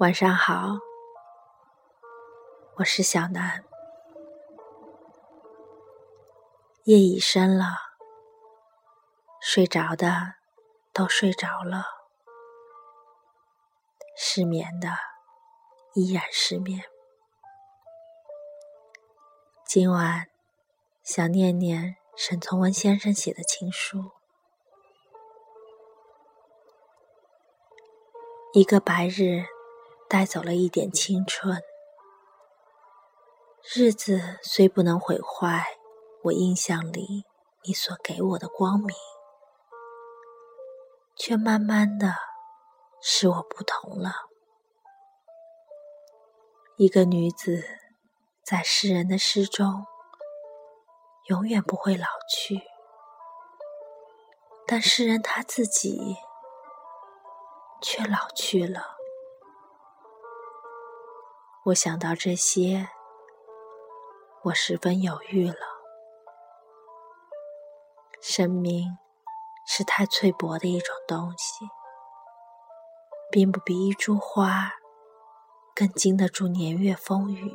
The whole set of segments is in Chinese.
晚上好，我是小南。夜已深了，睡着的都睡着了，失眠的依然失眠。今晚想念念沈从文先生写的情书。一个白日带走了一点青春，日子虽不能毁坏我印象里你所给我的光明，却慢慢的使我不同了。一个女子在诗人的诗中永远不会老去，但诗人他自己却老去了。我想到这些，我十分犹豫了。生命是太脆薄的一种东西，并不比一株花更经得住年月风雨。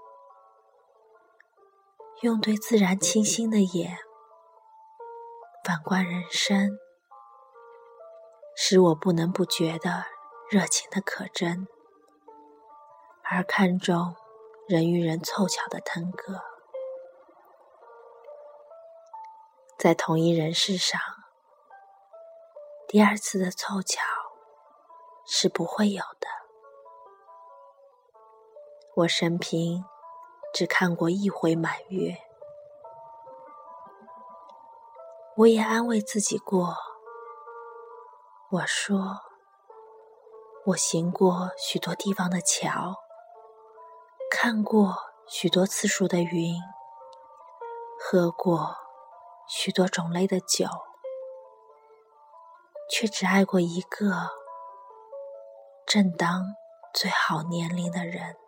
用对自然清新的眼反观人生，使我不能不觉得热情的可真，而看重人与人凑巧的腾格。在同一人世上，第二次的凑巧是不会有的。我生平只看过一回满月，我也安慰自己过，我说我行过许多地方的桥，看过许多次数的云，喝过许多种类的酒，却只爱过一个正当最好年龄的人。